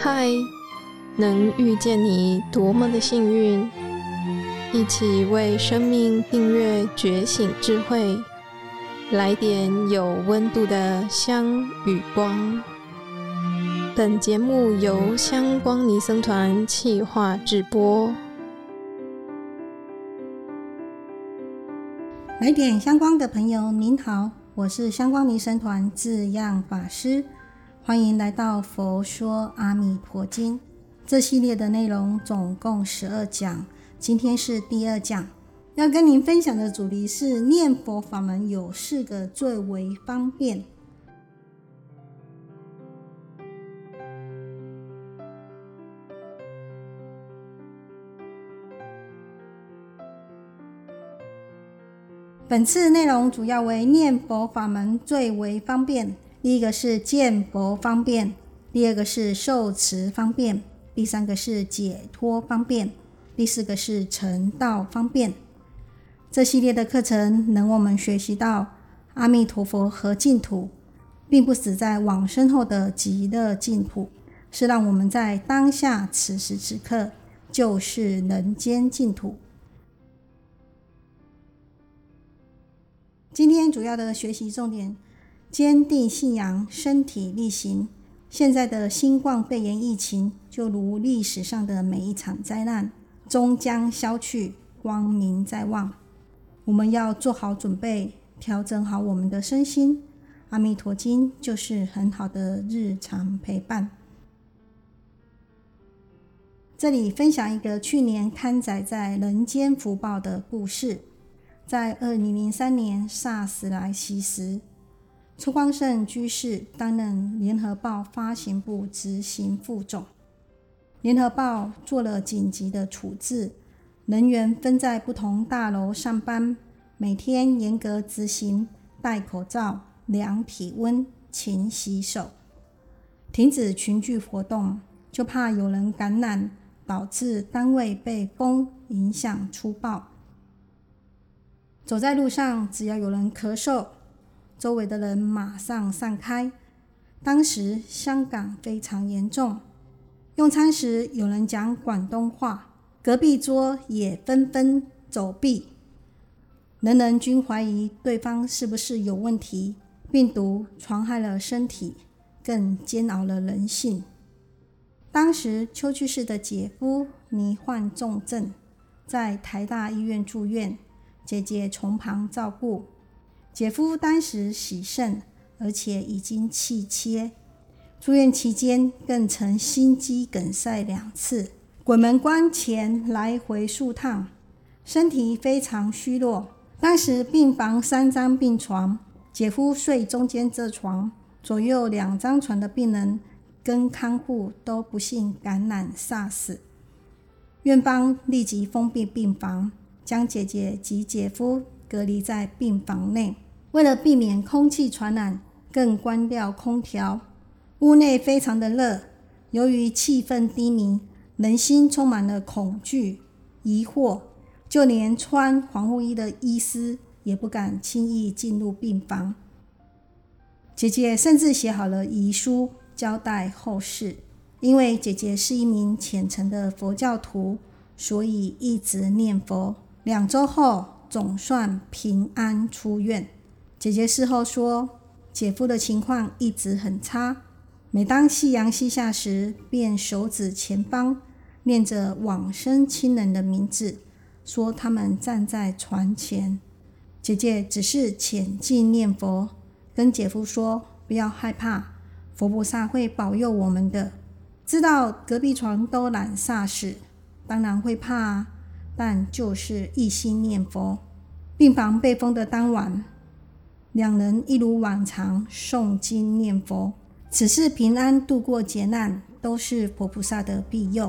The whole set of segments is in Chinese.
嗨，能遇见你多么的幸运！一起为生命订阅觉醒智慧，来点有温度的香与光。本节目由香光尼僧团企划制播。 来点香光的朋友您好，我是香光尼僧团智漾法师，欢迎来到佛说阿弥陀经。这系列的内容总共12讲，今天是第2讲。要跟您分享的主题是念佛法门有4个最为方便。本次内容主要为念佛法门最为方便。第一个是见佛方便，第二个是受持方便，第3个是解脱方便，第4个是成道方便。这系列的课程能我们学习到阿弥陀佛和净土并不只在往生后的极乐净土，是让我们在当下此时此刻就是人间净土。今天主要的学习重点，坚定信仰，身体力行。现在的新冠肺炎疫情就如历史上的每一场灾难，终将消去，光明在望。我们要做好准备，调整好我们的身心。阿弥陀经就是很好的日常陪伴。这里分享一个去年刊载在人间福报的故事。在2003年 SARS 来袭时，邱光胜居士担任联合报发行部执行副总。联合报做了紧急的处置，人员分在不同大楼上班，每天严格执行戴口罩、量体温、勤洗手，停止群聚活动，就怕有人感染，导致单位被封，影响出报。走在路上，只要有人咳嗽，周围的人马上散开。当时香港非常严重，用餐时有人讲广东话，隔壁桌也纷纷走避，人人均怀疑对方是不是有问题。病毒传害了身体，更煎熬了人性。当时邱居士的姐夫罹患重症，在台大医院住院，姐姐从旁照顾。姐夫当时洗肾，而且已经气切，住院期间更曾心肌梗塞2次，鬼门关前来回数趟，身体非常虚弱。当时病房3张病床，姐夫睡中间这床，左右2张床的病人跟看护都不幸感染 SARS。 院方立即封闭病房，将姐姐及姐夫隔离在病房内。为了避免空气传染，更关掉空调。屋内非常的热，由于气氛低迷，人心充满了恐惧、疑惑，就连穿防护衣的医师也不敢轻易进入病房。姐姐甚至写好了遗书，交代后事。因为姐姐是一名虔诚的佛教徒，所以一直念佛。2周后总算平安出院。姐姐事后说，姐夫的情况一直很差，每当夕阳西下时，便手指前方念着往生亲人的名字，说他们站在床前。姐姐只是潜进念佛，跟姐夫说不要害怕，佛菩萨会保佑我们的。知道隔壁床都染SARS，当然会怕啊，但就是一心念佛。病房被封的当晚，2人一如往常诵经念佛，此次平安度过劫难，都是佛菩萨的庇佑。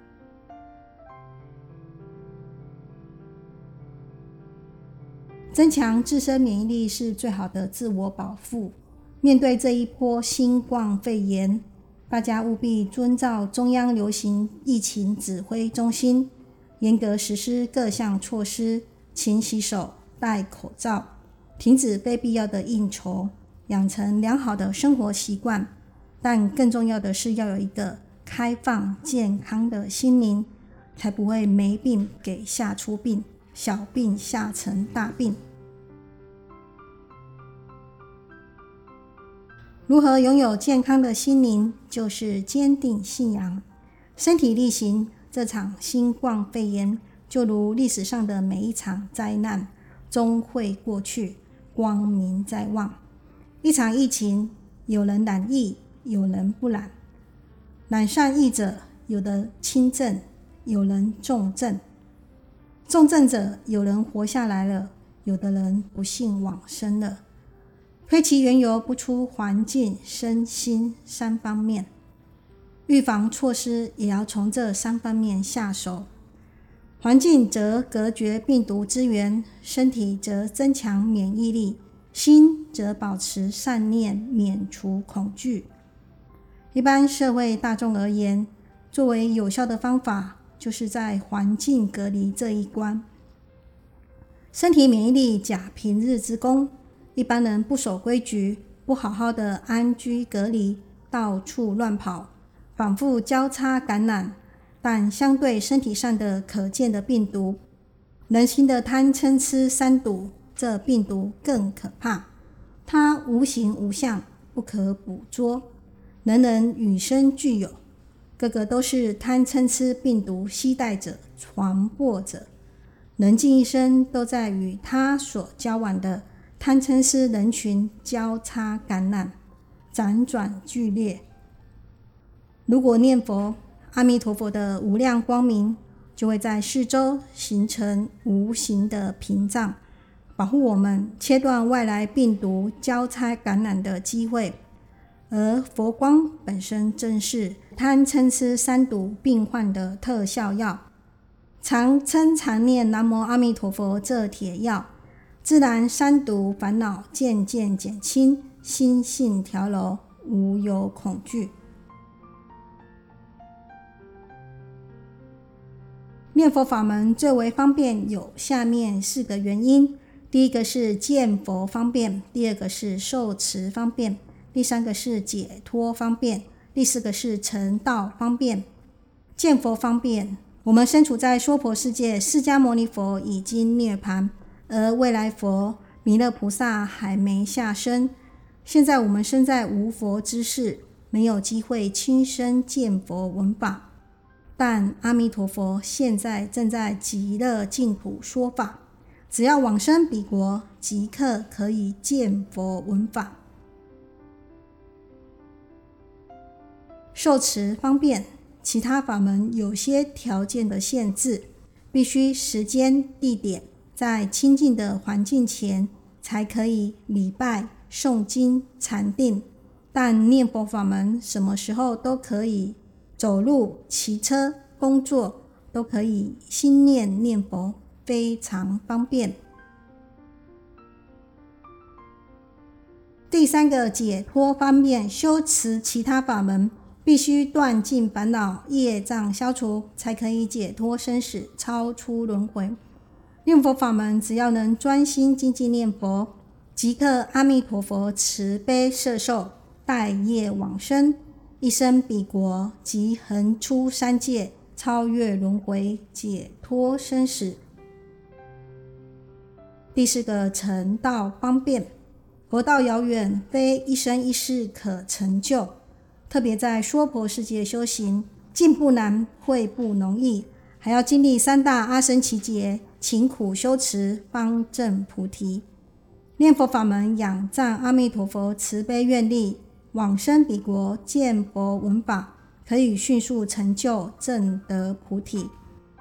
增强自身免疫力是最好的自我保护。面对这一波新冠肺炎，大家务必遵照中央流行疫情指挥中心，严格实施各项措施，勤洗手、戴口罩，停止非必要的应酬，养成良好的生活习惯。但更重要的是要有一个开放健康的心灵，才不会没病给吓出病，小病吓成大病。如何拥有健康的心灵？就是坚定信仰，身体力行。这场新冠肺炎就如历史上的每一场灾难，终会过去，光明在望。一场疫情，有人染疫，有人不染。染上疫者，有的轻症，有人重症。重症者，有人活下来了，有的人不幸往生了。推其缘由，不出环境、身心三方面。预防措施也要从这三方面下手。环境则隔绝病毒之源，身体则增强免疫力，心则保持善念，免除恐惧。一般社会大众而言，作为有效的方法，就是在环境隔离这一关。身体免疫力假平日之功，一般人不守规矩，不好好的安居隔离，到处乱跑，反复交叉感染。但相对身体上的可见的病毒，人心的贪嗔痴三毒，这病毒更可怕。它无形无相，不可捕捉，人人与生俱有，个个都是贪嗔痴病毒携带者、传播者。人尽一生都在与他所交往的贪嗔痴人群交叉感染，辗转剧烈。如果念佛，阿弥陀佛的无量光明就会在四周形成无形的屏障，保护我们，切断外来病毒交叉感染的机会。而佛光本身正是贪嗔痴三毒病患的特效药，常称常念南无阿弥陀佛这铁药，自然三毒烦恼渐渐减轻，心性调柔，无有恐惧。念佛法门最为方便有下面4个原因。第一个是见佛方便，第二个是受持方便，第三个是解脱方便，第四个是成道方便。见佛方便，我们身处在娑婆世界，释迦牟尼佛已经涅槃，而未来佛弥勒菩萨还没下生。现在我们身在无佛之世，没有机会亲身见佛闻法，但阿弥陀佛现在正在极乐净土说法，只要往生彼国，即刻可以见佛闻法。受持方便，其他法门有些条件的限制，必须时间、地点，在清净的环境前才可以礼拜、诵经、禅定。但念佛法门什么时候都可以，走路、骑车、工作都可以心念念佛，非常方便。第三个解脱方便，修持其他法门必须断尽烦恼，业障消除，才可以解脱生死，超出轮回。念佛法门只要能专心精进念佛，即刻阿弥陀佛慈悲摄受，带业往生，一生彼国，即横出三界，超越轮回，解脱生死。第四个成道方便，佛道遥远，非一生一世可成就，特别在娑婆世界修行，进不难，会不容易，还要经历3大阿僧祇劫，勤苦修持，方证菩提。念佛法门仰仗阿弥陀佛慈悲愿力，往生彼国，见佛闻法，可以迅速成就，证得菩提。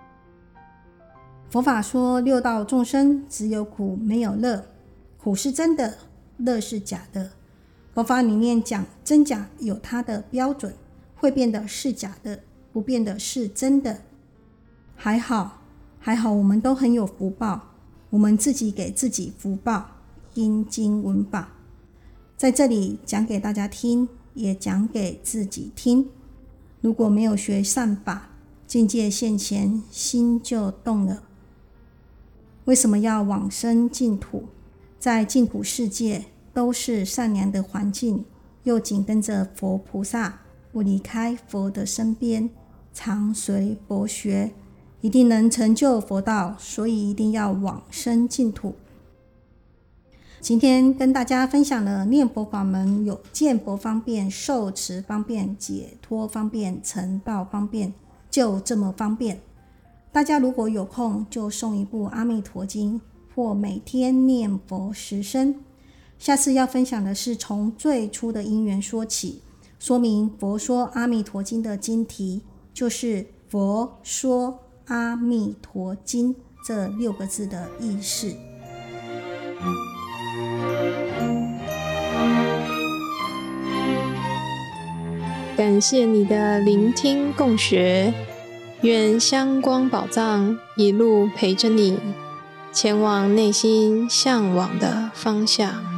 佛法说六道众生只有苦没有乐，苦是真的，乐是假的。佛法里面讲真假有它的标准，会变的是假的，不变的是真的。还好我们都很有福报，我们自己给自己福报，听经闻法。在这里讲给大家听，也讲给自己听。如果没有学善法，境界现前，心就动了。为什么要往生净土？在净土世界都是善良的环境，又紧跟着佛菩萨， 不离开佛的身边，常随佛学，一定能成就佛道，所以一定要往生净土。今天跟大家分享了念佛法门有见佛方便、受持方便、解脱方便、成道方便，就这么方便。大家如果有空就诵一部阿弥陀经，或每天念佛10声。下次要分享的是从最初的因缘说起，说明佛说阿弥陀经的经题就是佛说阿弥陀经这6个字的意思。 感谢你的聆听共学，愿香光宝藏一路陪着你，前往内心向往的方向。